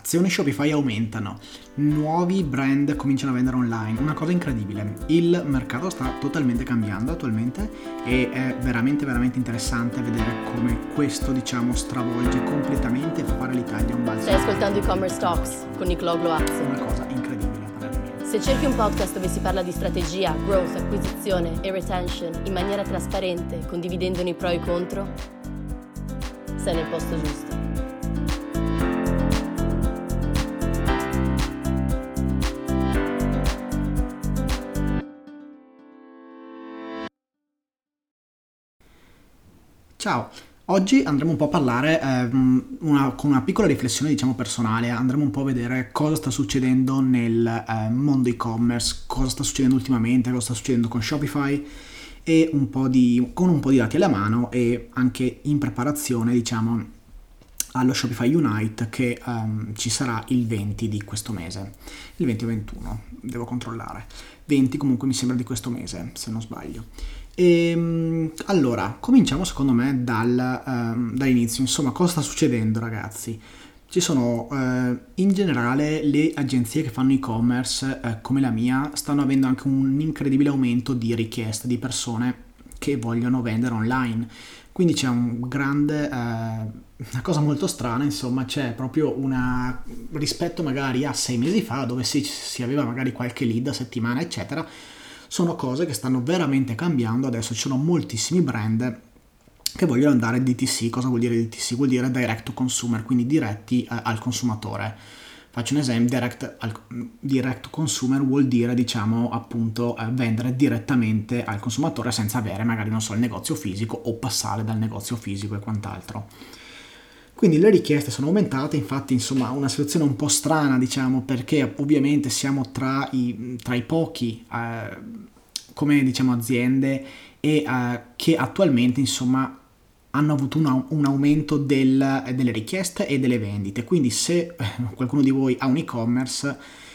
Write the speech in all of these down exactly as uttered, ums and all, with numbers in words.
Azioni Shopify aumentano, nuovi brand cominciano a vendere online, una cosa incredibile. Il mercato sta totalmente cambiando attualmente e è veramente veramente interessante vedere come questo, diciamo, stravolge completamente e fa fare l'Italia un balzo. Stai ascoltando e-commerce Talks con Nicolò Gloazzi. Una cosa incredibile a parere mio. Se cerchi un podcast dove si parla di strategia, growth, acquisizione e retention in maniera trasparente, condividendone i pro e i contro, sei nel posto giusto. Ciao, oggi andremo un po' a parlare ehm, una, con una piccola riflessione, diciamo, personale. Andremo un po' a vedere cosa sta succedendo nel eh, mondo e-commerce, cosa sta succedendo ultimamente, cosa sta succedendo con Shopify e un po' di, con un po' di dati alla mano e anche in preparazione, diciamo, allo Shopify Unite che um, ci sarà il venti di questo mese, il venti o ventuno, devo controllare, venti comunque mi sembra di questo mese, se non sbaglio. E, allora, cominciamo secondo me dal, um, dall'inizio. Insomma, cosa sta succedendo, ragazzi? Ci sono uh, in generale le agenzie che fanno e-commerce uh, come la mia stanno avendo anche un incredibile aumento di richieste di persone che vogliono vendere online. Quindi c'è un grande, uh, una cosa molto strana, insomma, c'è proprio una, rispetto magari a sei mesi fa dove si, si aveva magari qualche lead a settimana, eccetera. Sono cose che stanno veramente cambiando. Adesso ci sono moltissimi brand che vogliono andare D T C. Cosa vuol dire D T C? Vuol dire direct to consumer, quindi diretti eh, al consumatore. Faccio un esempio: direct, al, direct to consumer vuol dire, diciamo, appunto eh, vendere direttamente al consumatore senza avere magari, non so, il negozio fisico o passare dal negozio fisico e quant'altro. Quindi le richieste sono aumentate, infatti, insomma, una situazione un po' strana, diciamo, perché ovviamente siamo tra i, tra i pochi eh, come, diciamo, aziende e eh, che attualmente, insomma, hanno avuto una, un aumento del, delle richieste e delle vendite. Quindi se qualcuno di voi ha un e-commerce,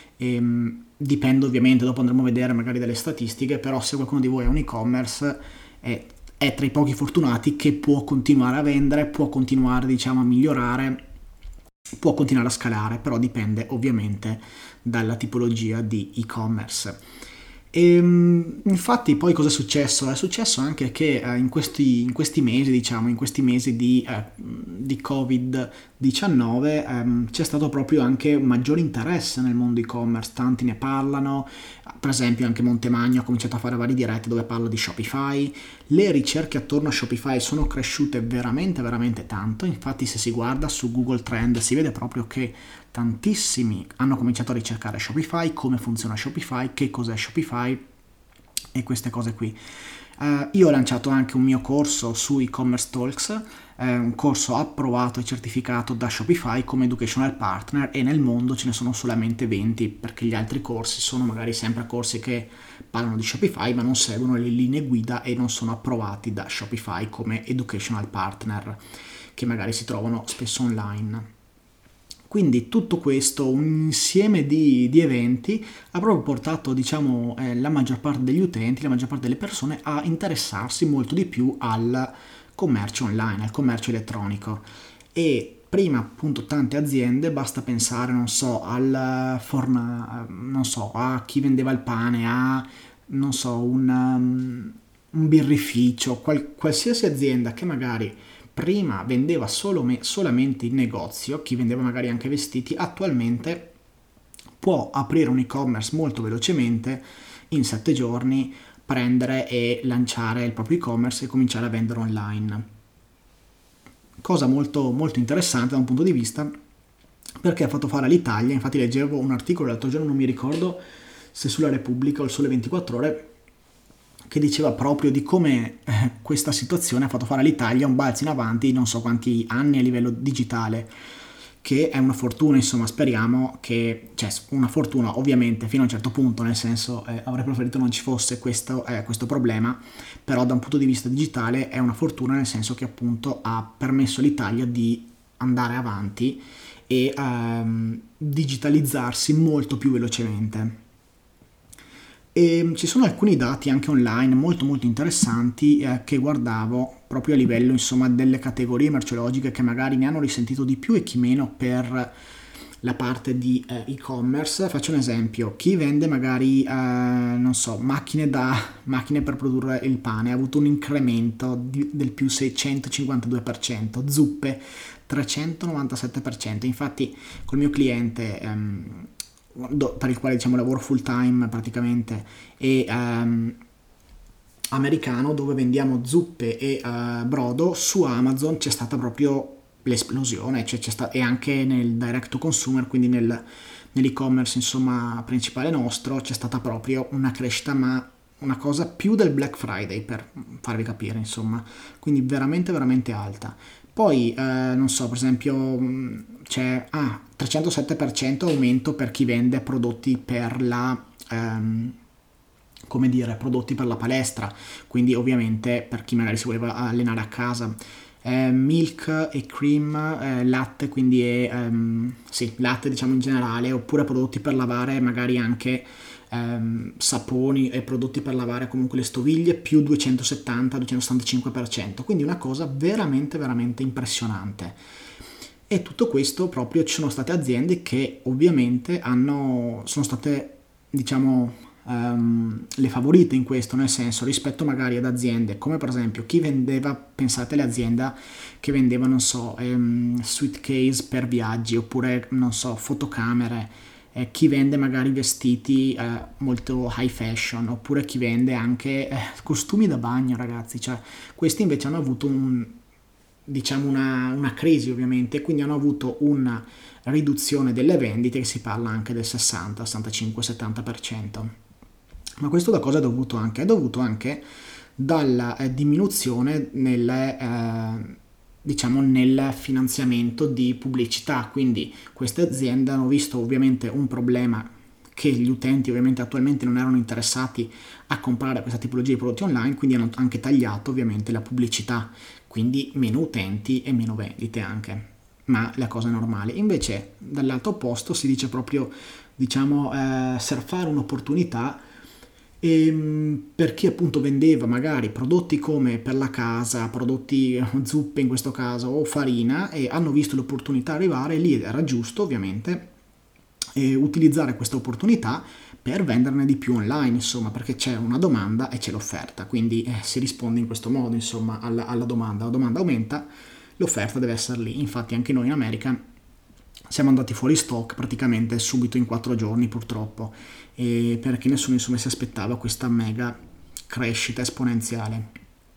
ehm, dipende ovviamente, dopo andremo a vedere magari delle statistiche, però se qualcuno di voi ha un e-commerce è è tra i pochi fortunati che può continuare a vendere, può continuare, diciamo, a migliorare, può continuare a scalare, però dipende ovviamente dalla tipologia di e-commerce. E, infatti poi cosa è successo? È successo anche che eh, in, questi, in questi mesi, diciamo, in questi mesi di, eh, di covid diciannove ehm, c'è stato proprio anche un maggiore interesse nel mondo e-commerce, tanti ne parlano, per esempio anche Montemagno ha cominciato a fare vari diretti dove parla di Shopify, le ricerche attorno a Shopify sono cresciute veramente veramente tanto, infatti se si guarda su Google Trend si vede proprio che tantissimi hanno cominciato a ricercare Shopify, come funziona Shopify, che cos'è Shopify e queste cose qui. Uh, io ho lanciato anche un mio corso su e-commerce talks, eh, un corso approvato e certificato da Shopify come educational partner, e nel mondo ce ne sono solamente venti, perché gli altri corsi sono magari sempre corsi che parlano di Shopify ma non seguono le linee guida e non sono approvati da Shopify come educational partner, che magari si trovano spesso online. Quindi tutto questo, un insieme di, di eventi, ha proprio portato, diciamo, eh, la maggior parte degli utenti, la maggior parte delle persone a interessarsi molto di più al commercio online, al commercio elettronico. E prima, appunto, tante aziende, basta pensare, non so, al forna, non so, a chi vendeva il pane, a, non so, un, um, un birrificio, qual, qualsiasi azienda che magari prima vendeva solo me, solamente in negozio, chi vendeva magari anche vestiti, attualmente può aprire un e-commerce molto velocemente, in sette giorni, prendere e lanciare il proprio e-commerce e cominciare a vendere online. Cosa molto, molto interessante da un punto di vista, perché ha fatto fare all'Italia. Infatti leggevo un articolo l'altro giorno, non mi ricordo se sulla Repubblica o il Sole ventiquattro Ore, che diceva proprio di come eh, questa situazione ha fatto fare all'Italia un balzo in avanti non so quanti anni a livello digitale, che è una fortuna, insomma. Speriamo che, cioè, una fortuna ovviamente fino a un certo punto, nel senso eh, avrei preferito non ci fosse questo, eh, questo problema, però da un punto di vista digitale è una fortuna, nel senso che appunto ha permesso all'Italia di andare avanti e ehm, digitalizzarsi molto più velocemente. E ci sono alcuni dati anche online molto molto interessanti eh, che guardavo proprio a livello, insomma, delle categorie merceologiche che magari ne hanno risentito di più e chi meno per la parte di eh, e-commerce. Faccio un esempio: chi vende magari eh, non so, macchine da macchine per produrre il pane ha avuto un incremento di, del più seicentocinquantadue per cento, zuppe trecentonovantasette per cento. Infatti col mio cliente ehm, do, per il quale diciamo lavoro full time praticamente, e ehm, americano, dove vendiamo zuppe e uh, brodo, su Amazon c'è stata proprio l'esplosione, cioè c'è sta- e anche nel direct to consumer, quindi nel, nell'e-commerce insomma principale nostro, c'è stata proprio una crescita, ma una cosa più del Black Friday, per farvi capire insomma, quindi veramente veramente alta. Poi, eh, non so, per esempio, mh, c'è ah, trecentosette per cento aumento per chi vende prodotti per la, ehm, come dire, prodotti per la palestra, quindi ovviamente per chi magari si voleva allenare a casa. Eh, milk e cream, eh, latte, quindi è, ehm, sì, latte diciamo in generale, oppure prodotti per lavare, magari anche ehm, saponi e prodotti per lavare comunque le stoviglie, più duecentosettanta-duecentosettantacinque per cento, quindi una cosa veramente veramente impressionante. E tutto questo proprio ci sono state aziende che ovviamente hanno, sono state, diciamo, ehm, le favorite in questo, nel senso, rispetto magari ad aziende come per esempio chi vendeva, pensate alle aziende che vendevano, non so, ehm, suitcase per viaggi, oppure, non so, fotocamere, eh, chi vende magari vestiti eh, molto high fashion, oppure chi vende anche eh, costumi da bagno, ragazzi, cioè questi invece hanno avuto un, diciamo una, una crisi ovviamente, quindi hanno avuto una riduzione delle vendite, che si parla anche del sessanta, sessantacinque, settanta per cento. Ma questo da cosa è dovuto anche? È dovuto anche dalla eh, diminuzione nel, eh, diciamo, nel finanziamento di pubblicità, quindi queste aziende hanno visto ovviamente un problema, che gli utenti ovviamente attualmente non erano interessati a comprare questa tipologia di prodotti online, quindi hanno anche tagliato ovviamente la pubblicità, quindi meno utenti e meno vendite anche, ma la cosa è normale. Invece dall'altro posto si dice proprio, diciamo, eh, surfare un'opportunità, e per chi appunto vendeva magari prodotti come per la casa, prodotti zuppe in questo caso, o farina, e hanno visto l'opportunità arrivare lì, ed era giusto ovviamente e utilizzare questa opportunità per venderne di più online, insomma, perché c'è una domanda e c'è l'offerta, quindi eh, si risponde in questo modo, insomma, alla, alla domanda. La domanda aumenta, l'offerta deve essere lì. Infatti anche noi in America siamo andati fuori stock praticamente subito, in quattro giorni purtroppo, e perché nessuno insomma si aspettava questa mega crescita esponenziale.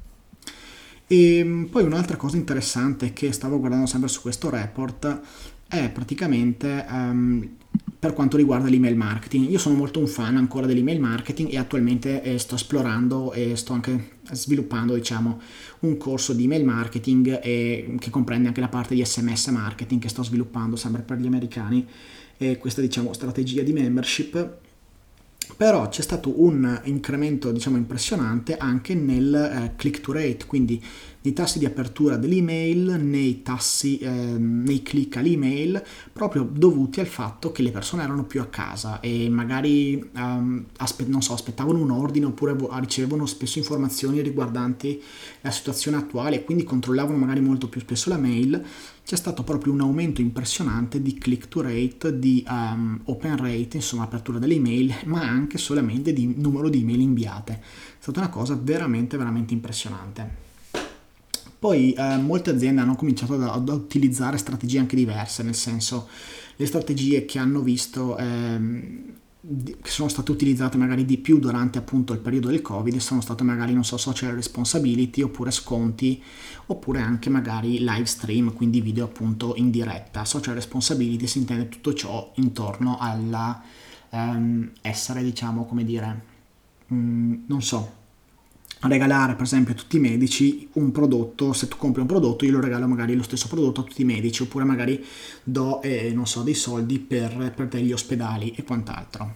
E poi un'altra cosa interessante che stavo guardando sempre su questo report è praticamente um, per quanto riguarda l'email marketing. Io sono molto un fan ancora dell'email marketing, e attualmente eh, sto esplorando e sto anche sviluppando, diciamo, un corso di email marketing, e, che comprende anche la parte di S M S marketing che sto sviluppando sempre per gli americani, e questa, diciamo, strategia di membership. Però c'è stato un incremento, diciamo, impressionante anche nel eh, click to rate, quindi nei tassi di apertura dell'email, nei tassi, eh, nei click all'email, proprio dovuti al fatto che le persone erano più a casa e magari um, aspe- non so, aspettavano un ordine, oppure vo- ricevevano spesso informazioni riguardanti la situazione attuale, e quindi controllavano magari molto più spesso la mail. C'è stato proprio un aumento impressionante di click to rate, di um, open rate, insomma apertura delle email, ma anche solamente di numero di email inviate. È stata una cosa veramente veramente impressionante. Poi eh, molte aziende hanno cominciato ad, ad utilizzare strategie anche diverse, nel senso, le strategie che hanno visto ehm, di- che sono state utilizzate magari di più durante appunto il periodo del Covid sono state magari, non so, social responsibility, oppure sconti, oppure anche magari live stream, quindi video appunto in diretta. Social responsibility si intende tutto ciò intorno alla ehm, essere, diciamo, come dire, mh, non so, regalare per esempio a tutti i medici un prodotto. Se tu compri un prodotto, io lo regalo magari lo stesso prodotto a tutti i medici, oppure magari do eh, non so, dei soldi per, per degli ospedali e quant'altro.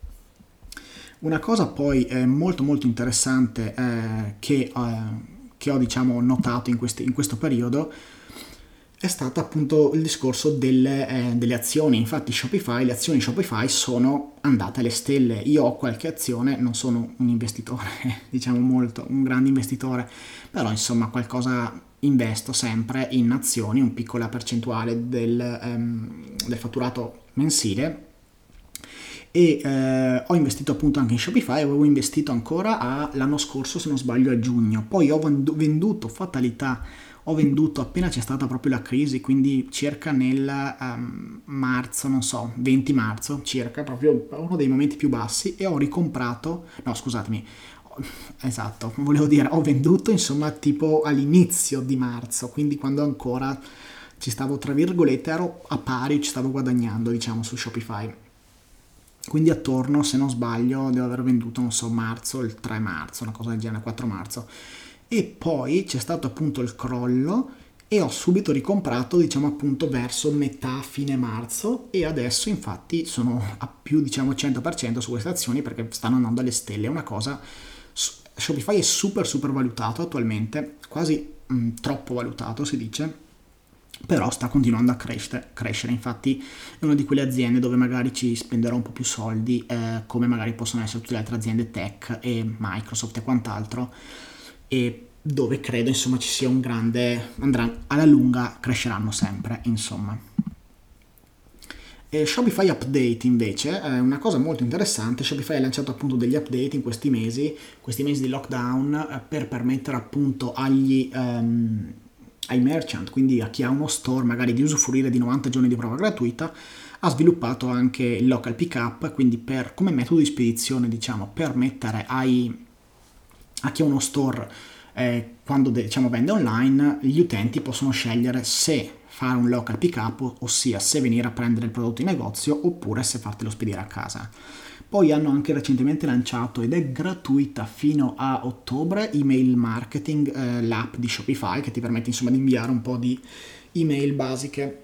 Una cosa poi eh, molto molto interessante eh, che, eh, che ho, diciamo, notato in, questi, in questo periodo è stato appunto il discorso delle, eh, delle azioni. Infatti Shopify, le azioni Shopify sono andate alle stelle. Io ho qualche azione, non sono un investitore, diciamo molto, un grande investitore, però insomma qualcosa investo sempre in azioni, un piccola percentuale del, ehm, del fatturato mensile. E eh, ho investito appunto anche in Shopify, avevo investito ancora a, l'anno scorso se non sbaglio a giugno, poi ho venduto, fatalità, ho venduto appena c'è stata proprio la crisi, quindi circa nel um, marzo, non so, venti marzo circa, proprio uno dei momenti più bassi, e ho ricomprato, no scusatemi, esatto, volevo dire, ho venduto insomma tipo all'inizio di marzo, quindi quando ancora ci stavo tra virgolette, ero a pari, ci stavo guadagnando diciamo su Shopify. Quindi attorno, se non sbaglio, devo aver venduto, non so, marzo, il tre marzo, una cosa del genere, quattro marzo. E poi c'è stato appunto il crollo e ho subito ricomprato, diciamo appunto, verso metà, fine marzo, e adesso infatti sono a più, diciamo, cento per cento su queste azioni perché stanno andando alle stelle. È una cosa... Shopify è super super valutato attualmente, quasi mh, troppo valutato si dice, però sta continuando a crescere, crescere, infatti è una di quelle aziende dove magari ci spenderò un po' più soldi, eh, come magari possono essere tutte le altre aziende tech e Microsoft e quant'altro, e dove credo insomma ci sia un grande, andrà alla lunga, cresceranno sempre insomma. E Shopify Update invece è una cosa molto interessante. Shopify ha lanciato appunto degli update in questi mesi, questi mesi di lockdown, eh, per permettere appunto agli... Um, ai merchant, quindi a chi ha uno store magari di usufruire di novanta giorni di prova gratuita. Ha sviluppato anche il local pickup, quindi per, come metodo di spedizione diciamo, permettere ai, a chi ha uno store eh, quando diciamo vende online, gli utenti possono scegliere se fare un local pickup, ossia se venire a prendere il prodotto in negozio oppure se fartelo spedire a casa. Poi hanno anche recentemente lanciato, ed è gratuita fino a ottobre, Email Marketing, eh, l'app di Shopify che ti permette insomma di inviare un po' di email basiche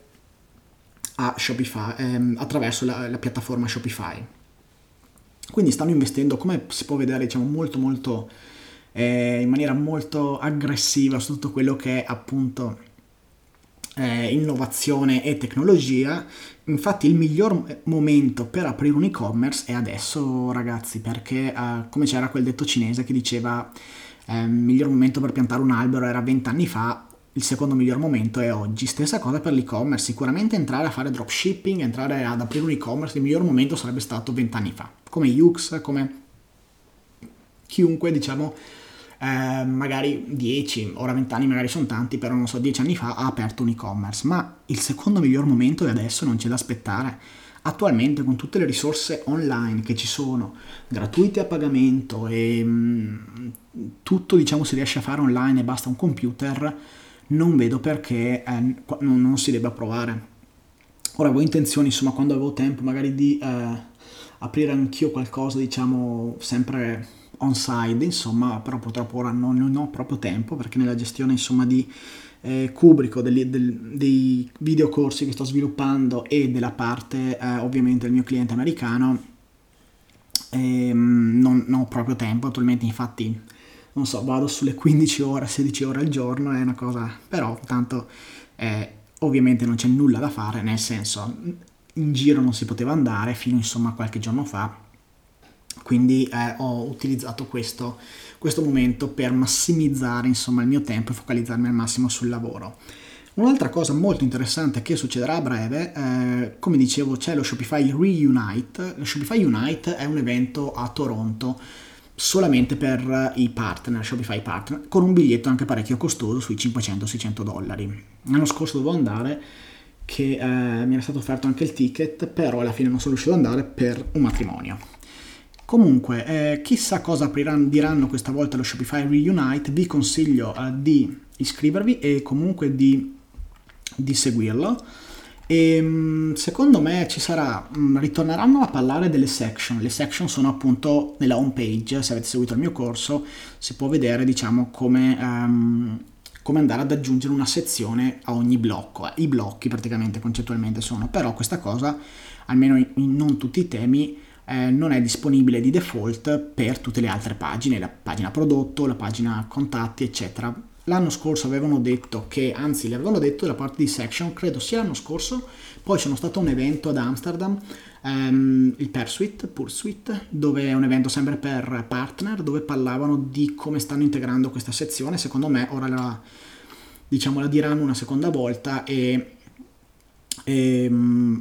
a Shopify ehm, attraverso la, la piattaforma Shopify. Quindi stanno investendo, come si può vedere, diciamo molto molto eh, in maniera molto aggressiva su tutto quello che è appunto Eh, innovazione e tecnologia. Infatti il miglior momento per aprire un e-commerce è adesso ragazzi, perché eh, come c'era quel detto cinese che diceva eh, il miglior momento per piantare un albero era vent'anni fa, il secondo miglior momento è oggi. Stessa cosa per l'e-commerce, sicuramente entrare a fare dropshipping, entrare ad aprire un e-commerce, il miglior momento sarebbe stato vent'anni fa, come Yux, come chiunque diciamo Eh, magari dieci, ora venti anni magari sono tanti, però non so, dieci anni fa ha aperto un e-commerce, ma il secondo miglior momento è adesso, non c'è da aspettare. Attualmente con tutte le risorse online che ci sono, gratuite a pagamento e mh, tutto diciamo si riesce a fare online e basta un computer, non vedo perché eh, non, non si debba provare. Ora avevo intenzione, insomma, quando avevo tempo magari di eh, aprire anch'io qualcosa, diciamo, sempre on side, insomma, però purtroppo ora non, non ho proprio tempo perché nella gestione, insomma, di eh, Kubrico, degli, del, dei videocorsi che sto sviluppando e della parte, eh, ovviamente, del mio cliente americano, ehm, non, non ho proprio tempo attualmente, infatti, non so, vado sulle quindici ore, sedici ore al giorno, è una cosa, però tanto eh, ovviamente non c'è nulla da fare, nel senso, in giro non si poteva andare fino, insomma, a qualche giorno fa. Quindi eh, ho utilizzato questo, questo momento per massimizzare insomma il mio tempo e focalizzarmi al massimo sul lavoro. Un'altra cosa molto interessante che succederà a breve, eh, come dicevo, c'è lo Shopify Reunite. Lo Shopify Unite è un evento a Toronto solamente per i partner, Shopify partner, con un biglietto anche parecchio costoso, sui cinquecento seicento dollari. L'anno scorso dovevo andare, che eh, mi era stato offerto anche il ticket, però alla fine non sono riuscito ad andare per un matrimonio. Comunque, eh, chissà cosa apriranno, diranno questa volta lo Shopify Reunite. Vi consiglio eh, di iscrivervi e comunque di, di seguirlo. E mh, secondo me ci sarà, mh, ritorneranno a parlare delle section. Le section sono appunto nella home page. Se avete seguito il mio corso, si può vedere, diciamo, come, um, come andare ad aggiungere una sezione a ogni blocco. I blocchi praticamente concettualmente sono, però questa cosa, almeno in, in non tutti i temi, Eh, non è disponibile di default per tutte le altre pagine, la pagina prodotto, la pagina contatti, eccetera. L'anno scorso avevano detto che, anzi, le avevano detto della parte di section, credo sia l'anno scorso, poi c'è stato un evento ad Amsterdam, ehm, il Pursuit, Pursuit, dove è un evento sempre per partner, dove parlavano di come stanno integrando questa sezione. Secondo me ora la, diciamo, la diranno una seconda volta e... e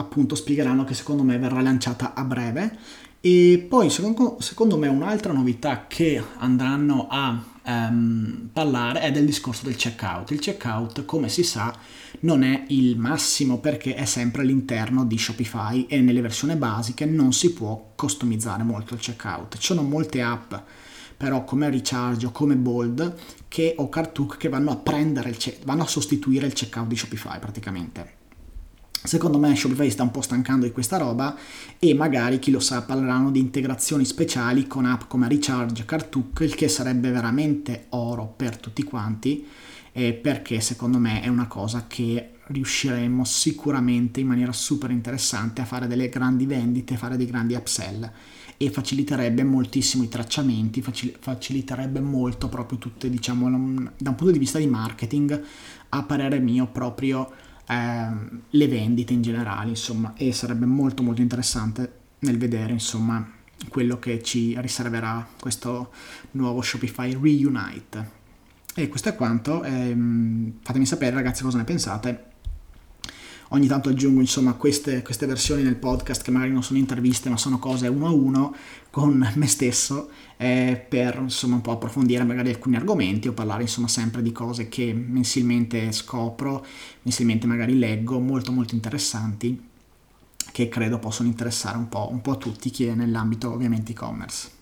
appunto spiegheranno che secondo me verrà lanciata a breve. E poi secondo, secondo me un'altra novità che andranno a ehm, parlare è del discorso del checkout. Il checkout, come si sa, non è il massimo perché è sempre all'interno di Shopify e nelle versioni basiche non si può customizzare molto il checkout. Ci sono molte app però come Recharge o come Bold che, o Cartook che vanno a prendere il che- vanno a sostituire il checkout di Shopify praticamente. Secondo me Shopify sta un po' stancando di questa roba e magari, chi lo sa, parleranno di integrazioni speciali con app come Recharge, Cartook, il che sarebbe veramente oro per tutti quanti, eh, perché secondo me è una cosa che riusciremo sicuramente in maniera super interessante a fare delle grandi vendite, fare dei grandi upsell e faciliterebbe moltissimo i tracciamenti, facil- faciliterebbe molto proprio tutte, diciamo, da un punto di vista di marketing, a parere mio proprio ehm, le vendite in generale, insomma, e sarebbe molto molto interessante nel vedere, insomma, quello che ci riserverà questo nuovo Shopify Reunite. E questo è quanto, ehm, fatemi sapere ragazzi cosa ne pensate. Ogni tanto aggiungo insomma queste, queste versioni nel podcast che magari non sono interviste ma sono cose uno a uno con me stesso, eh, per insomma un po' approfondire magari alcuni argomenti o parlare insomma sempre di cose che mensilmente scopro, mensilmente magari leggo, molto molto interessanti, che credo possono interessare un po', un po' a tutti chi è nell'ambito ovviamente e-commerce.